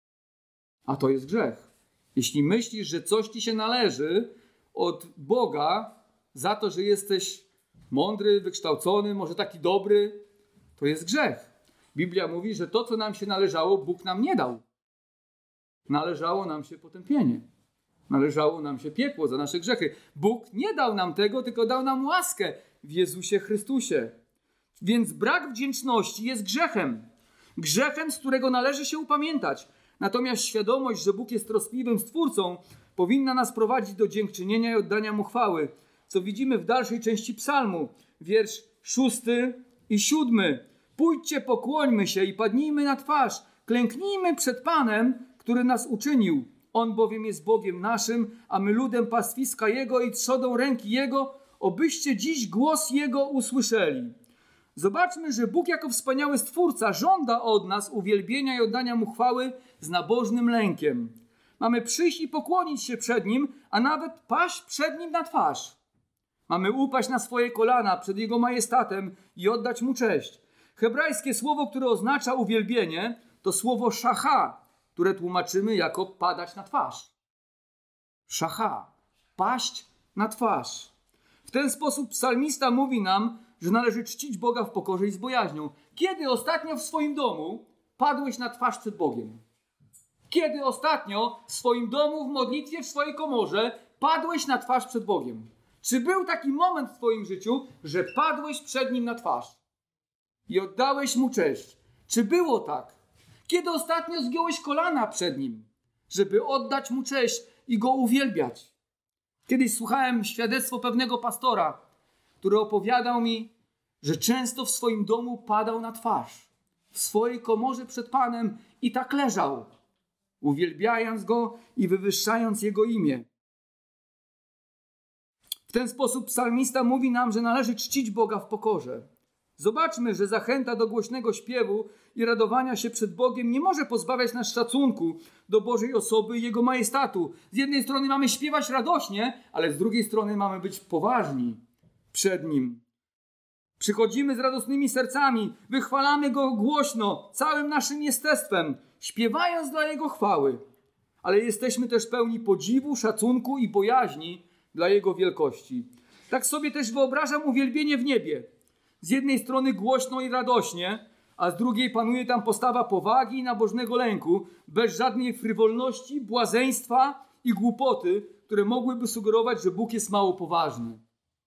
A to jest grzech. Jeśli myślisz, że coś ci się należy od Boga za to, że jesteś mądry, wykształcony, może taki dobry, to jest grzech. Biblia mówi, że to, co nam się należało, Bóg nam nie dał. Należało nam się potępienie. Należało nam się piekło za nasze grzechy. Bóg nie dał nam tego, tylko dał nam łaskę w Jezusie Chrystusie. Więc brak wdzięczności jest grzechem. Grzechem, z którego należy się upamiętać. Natomiast świadomość, że Bóg jest troskliwym Stwórcą, powinna nas prowadzić do dziękczynienia i oddania Mu chwały. Co widzimy w dalszej części psalmu. Wiersz szósty i siódmy. Pójdźcie, pokłońmy się i padnijmy na twarz. Klęknijmy przed Panem, który nas uczynił. On bowiem jest Bogiem naszym, a my ludem pastwiska Jego i trzodą ręki Jego, obyście dziś głos Jego usłyszeli. Zobaczmy, że Bóg jako wspaniały Stwórca żąda od nas uwielbienia i oddania Mu chwały z nabożnym lękiem. Mamy przyjść i pokłonić się przed Nim, a nawet paść przed Nim na twarz. Mamy upaść na swoje kolana przed Jego majestatem i oddać Mu cześć. Hebrajskie słowo, które oznacza uwielbienie, to słowo szacha, które tłumaczymy jako padać na twarz. Szacha, paść na twarz. W ten sposób psalmista mówi nam, że należy czcić Boga w pokorze i z bojaźnią. Kiedy ostatnio w swoim domu padłeś na twarz przed Bogiem? Kiedy ostatnio w swoim domu, w modlitwie, w swojej komorze padłeś na twarz przed Bogiem? Czy był taki moment w twoim życiu, że padłeś przed Nim na twarz i oddałeś Mu cześć? Czy było tak? Kiedy ostatnio zgiąłeś kolana przed Nim, żeby oddać Mu cześć i Go uwielbiać? Kiedyś słuchałem świadectwo pewnego pastora, który opowiadał mi, że często w swoim domu padał na twarz, w swojej komorze przed Panem i tak leżał, uwielbiając Go i wywyższając Jego imię. W ten sposób psalmista mówi nam, że należy czcić Boga w pokorze. Zobaczmy, że zachęta do głośnego śpiewu i radowania się przed Bogiem nie może pozbawiać nas szacunku do Bożej osoby i Jego majestatu. Z jednej strony mamy śpiewać radośnie, ale z drugiej strony mamy być poważni przed Nim. Przychodzimy z radosnymi sercami, wychwalamy Go głośno, całym naszym jestestwem, śpiewając dla Jego chwały. Ale jesteśmy też pełni podziwu, szacunku i bojaźni dla Jego wielkości. Tak sobie też wyobrażam uwielbienie w niebie. Z jednej strony głośno i radośnie, a z drugiej panuje tam postawa powagi i nabożnego lęku, bez żadnej frywolności, błazeństwa i głupoty, które mogłyby sugerować, że Bóg jest mało poważny.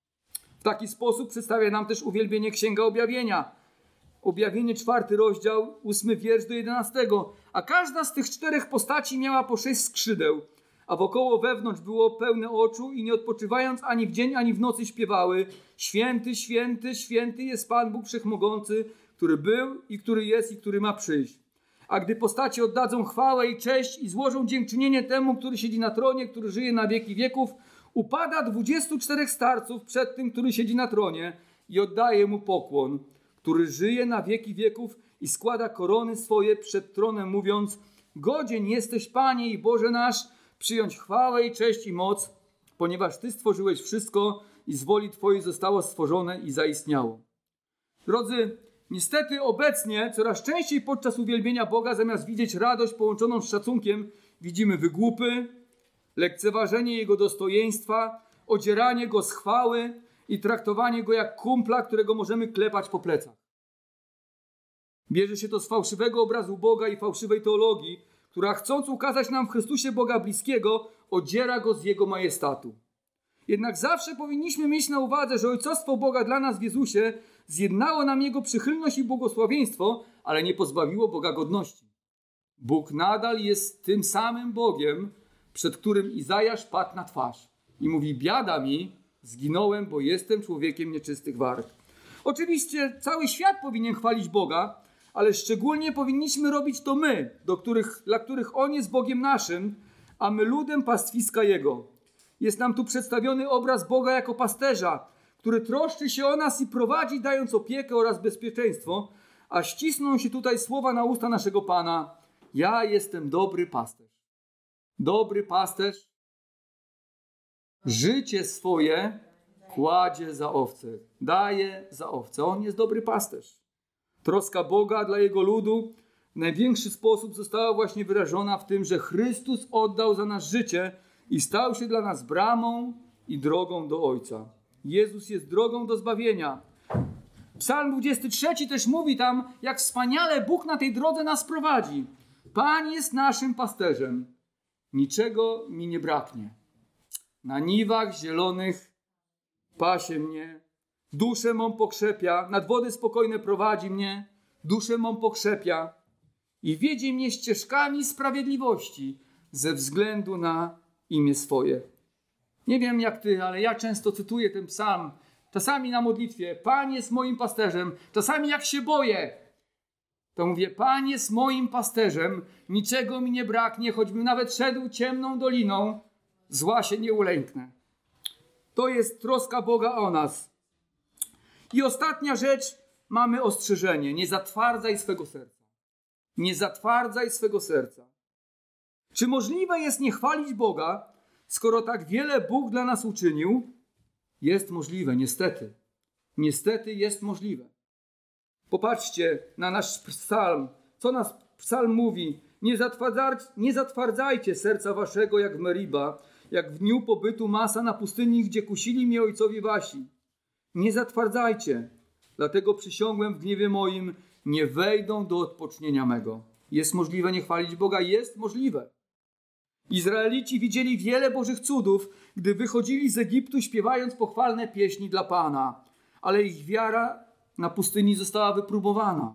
W taki sposób przedstawia nam też uwielbienie Księga Objawienia. Objawienie czwarty rozdział, ósmy wiersz do jedenastego. A każda z tych czterech postaci miała po sześć skrzydeł, a wokoło wewnątrz było pełne oczu i nie odpoczywając ani w dzień, ani w nocy śpiewały: Święty, święty, święty jest Pan Bóg Wszechmogący, który był i który jest i który ma przyjść. A gdy postacie oddadzą chwałę i cześć i złożą dziękczynienie temu, który siedzi na tronie, który żyje na wieki wieków, upada dwudziestu czterech starców przed tym, który siedzi na tronie i oddaje mu pokłon, który żyje na wieki wieków i składa korony swoje przed tronem, mówiąc: Godzien jesteś, Panie i Boże nasz, przyjąć chwałę i cześć i moc, ponieważ Ty stworzyłeś wszystko i z woli Twojej zostało stworzone i zaistniało. Drodzy, niestety obecnie coraz częściej podczas uwielbienia Boga, zamiast widzieć radość połączoną z szacunkiem, widzimy wygłupy, lekceważenie Jego dostojeństwa, odzieranie Go z chwały i traktowanie Go jak kumpla, którego możemy klepać po plecach. Bierze się to z fałszywego obrazu Boga i fałszywej teologii, która chcąc ukazać nam w Chrystusie Boga bliskiego, odziera Go z Jego majestatu. Jednak zawsze powinniśmy mieć na uwadze, że ojcostwo Boga dla nas w Jezusie zjednało nam Jego przychylność i błogosławieństwo, ale nie pozbawiło Boga godności. Bóg nadal jest tym samym Bogiem, przed którym Izajasz padł na twarz i mówi: biada mi, zginąłem, bo jestem człowiekiem nieczystych warg. Oczywiście cały świat powinien chwalić Boga, ale szczególnie powinniśmy robić to my, do których, dla których On jest Bogiem naszym, a my ludem pastwiska Jego. Jest nam tu przedstawiony obraz Boga jako pasterza, który troszczy się o nas i prowadzi, dając opiekę oraz bezpieczeństwo, a ścisną się tutaj słowa na usta naszego Pana: ja jestem dobry pasterz. Dobry pasterz życie swoje kładzie za owce, daje za owce. On jest dobry pasterz. Troska Boga dla Jego ludu w największy sposób została właśnie wyrażona w tym, że Chrystus oddał za nas życie i stał się dla nas bramą i drogą do Ojca. Jezus jest drogą do zbawienia. Psalm dwudziesty trzeci też mówi tam, jak wspaniale Bóg na tej drodze nas prowadzi. Pan jest naszym pasterzem. Niczego mi nie braknie. Na niwach zielonych pasie mnie. Duszę mą pokrzepia. Nad wody spokojne prowadzi mnie. Duszę mą pokrzepia. I wiedzie mnie ścieżkami sprawiedliwości ze względu na imię swoje. Nie wiem jak ty, ale ja często cytuję ten psalm. Czasami na modlitwie: Pan jest moim pasterzem. Czasami jak się boję, to mówię: Pan jest moim pasterzem. Niczego mi nie braknie, choćbym nawet szedł ciemną doliną, zła się nie ulęknę. To jest troska Boga o nas. I ostatnia rzecz, mamy ostrzeżenie. Nie zatwardzaj swego serca. Nie zatwardzaj swego serca. Czy możliwe jest nie chwalić Boga, skoro tak wiele Bóg dla nas uczynił? Jest możliwe, niestety. Niestety jest możliwe. Popatrzcie na nasz psalm. Co nas psalm mówi? Nie, zatwardzaj, nie zatwardzajcie serca waszego jak w Meriba, jak w dniu pobytu Masa na pustyni, gdzie kusili mnie ojcowie wasi. Nie zatwardzajcie. Dlatego przysiągłem w gniewie moim, nie wejdą do odpocznienia mego. Jest możliwe nie chwalić Boga? Jest możliwe. Izraelici widzieli wiele Bożych cudów, gdy wychodzili z Egiptu, śpiewając pochwalne pieśni dla Pana. Ale ich wiara na pustyni została wypróbowana.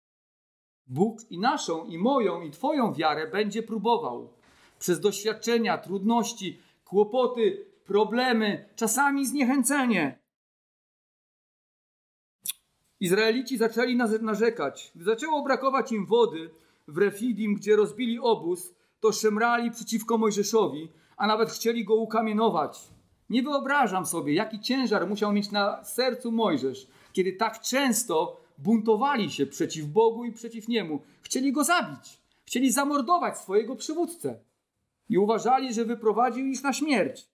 Bóg i naszą, i moją, i twoją wiarę będzie próbował. Przez doświadczenia, trudności, kłopoty, problemy, czasami zniechęcenie. Izraelici zaczęli narzekać. Gdy zaczęło brakować im wody w Refidim, gdzie rozbili obóz, to szemrali przeciwko Mojżeszowi, a nawet chcieli go ukamienować. Nie wyobrażam sobie, jaki ciężar musiał mieć na sercu Mojżesz, kiedy tak często buntowali się przeciw Bogu i przeciw Niemu. Chcieli go zabić. Chcieli zamordować swojego przywódcę. I uważali, że wyprowadził ich na śmierć.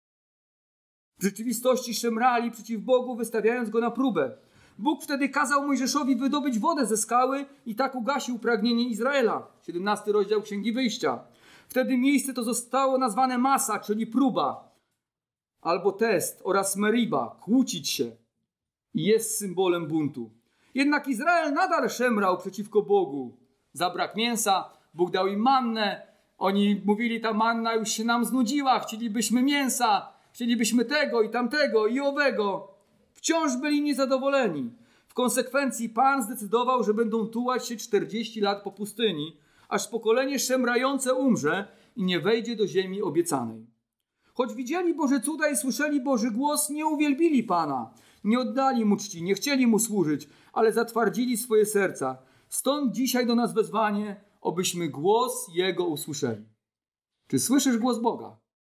W rzeczywistości szemrali przeciw Bogu, wystawiając go na próbę. Bóg wtedy kazał Mojżeszowi wydobyć wodę ze skały i tak ugasił pragnienie Izraela. siedemnasty rozdział Księgi Wyjścia. Wtedy miejsce to zostało nazwane Masa, czyli próba, albo test, oraz Meriba, kłócić się. I jest symbolem buntu. Jednak Izrael nadal szemrał przeciwko Bogu. Zabrak mięsa, Bóg dał im mannę. Oni mówili, ta manna już się nam znudziła, chcielibyśmy mięsa, chcielibyśmy tego i tamtego i owego. Wciąż byli niezadowoleni. W konsekwencji Pan zdecydował, że będą tułać się czterdzieści lat po pustyni, aż pokolenie szemrające umrze i nie wejdzie do ziemi obiecanej. Choć widzieli Boże cuda i słyszeli Boży głos, nie uwielbili Pana. Nie oddali Mu czci, nie chcieli Mu służyć, ale zatwardzili swoje serca. Stąd dzisiaj do nas wezwanie, obyśmy głos Jego usłyszeli. Czy słyszysz głos Boga?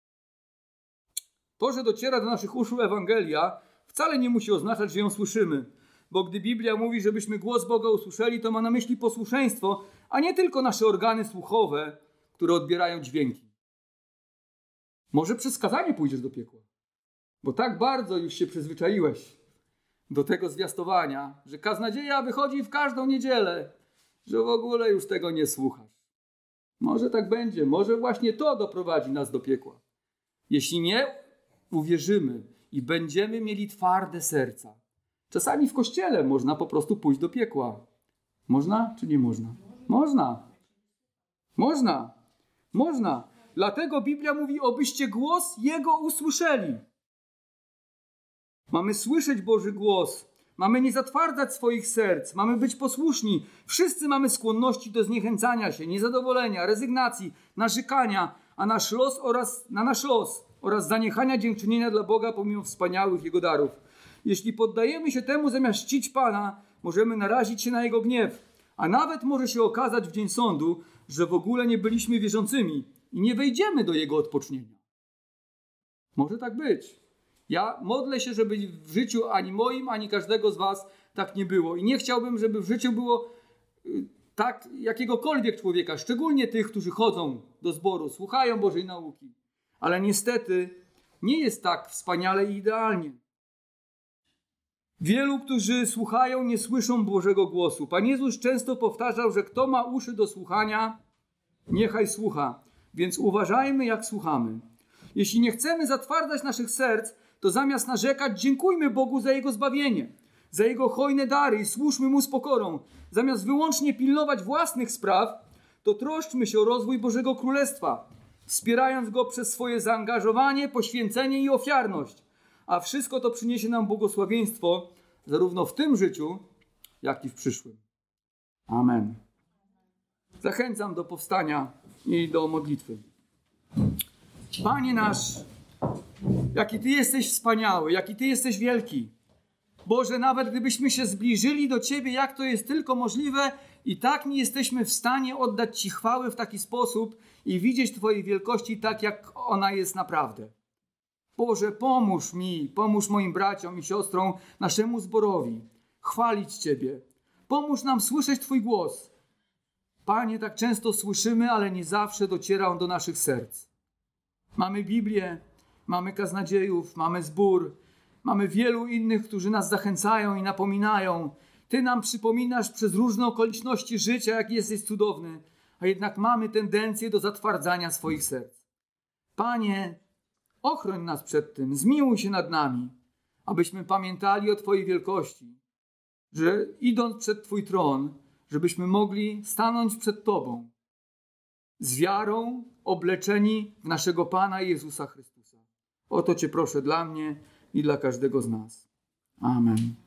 To, że dociera do naszych uszu Ewangelia, wcale nie musi oznaczać, że ją słyszymy. Bo gdy Biblia mówi, żebyśmy głos Boga usłyszeli, to ma na myśli posłuszeństwo, a nie tylko nasze organy słuchowe, które odbierają dźwięki. Może przez kazanie pójdziesz do piekła, bo tak bardzo już się przyzwyczaiłeś do tego zwiastowania, że kaznodzieja wychodzi w każdą niedzielę, że w ogóle już tego nie słuchasz. Może tak będzie, może właśnie to doprowadzi nas do piekła. Jeśli nie uwierzymy i będziemy mieli twarde serca. Czasami w kościele można po prostu pójść do piekła. Można czy nie można? Można. Można. Można. Dlatego Biblia mówi, obyście głos Jego usłyszeli. Mamy słyszeć Boży głos. Mamy nie zatwardzać swoich serc. Mamy być posłuszni. Wszyscy mamy skłonności do zniechęcania się, niezadowolenia, rezygnacji, narzekania, a nasz los oraz, na nasz los oraz zaniechania dziękczynienia dla Boga pomimo wspaniałych Jego darów. Jeśli poddajemy się temu zamiast czcić Pana, możemy narazić się na Jego gniew. A nawet może się okazać w dzień sądu, że w ogóle nie byliśmy wierzącymi i nie wejdziemy do Jego odpocznienia. Może tak być. Ja modlę się, żeby w życiu ani moim, ani każdego z was tak nie było. I nie chciałbym, żeby w życiu było tak jakiegokolwiek człowieka, szczególnie tych, którzy chodzą do zboru, słuchają Bożej nauki. Ale niestety nie jest tak wspaniale i idealnie. Wielu, którzy słuchają, nie słyszą Bożego głosu. Pan Jezus często powtarzał, że kto ma uszy do słuchania, niechaj słucha. Więc uważajmy, jak słuchamy. Jeśli nie chcemy zatwardzać naszych serc, to zamiast narzekać, dziękujmy Bogu za Jego zbawienie, za Jego hojne dary i służmy Mu z pokorą. Zamiast wyłącznie pilnować własnych spraw, to troszczmy się o rozwój Bożego Królestwa, wspierając Go przez swoje zaangażowanie, poświęcenie i ofiarność. A wszystko to przyniesie nam błogosławieństwo zarówno w tym życiu, jak i w przyszłym. Amen. Zachęcam do powstania i do modlitwy. Panie nasz, jaki Ty jesteś wspaniały, jaki Ty jesteś wielki. Boże, nawet gdybyśmy się zbliżyli do Ciebie, jak to jest tylko możliwe, i tak nie jesteśmy w stanie oddać Ci chwały w taki sposób i widzieć Twojej wielkości tak, jak ona jest naprawdę. Boże, pomóż mi, pomóż moim braciom i siostrom, naszemu zborowi chwalić Ciebie. Pomóż nam słyszeć Twój głos. Panie, tak często słyszymy, ale nie zawsze dociera on do naszych serc. Mamy Biblię, mamy kaznodziejów, mamy zbór, mamy wielu innych, którzy nas zachęcają i napominają. Ty nam przypominasz przez różne okoliczności życia, jak jesteś cudowny, a jednak mamy tendencję do zatwardzania swoich serc. Panie, ochroń nas przed tym, zmiłuj się nad nami, abyśmy pamiętali o Twojej wielkości, że idąc przed Twój tron, żebyśmy mogli stanąć przed Tobą z wiarą, obleczeni w naszego Pana Jezusa Chrystusa. O to Cię proszę dla mnie i dla każdego z nas. Amen.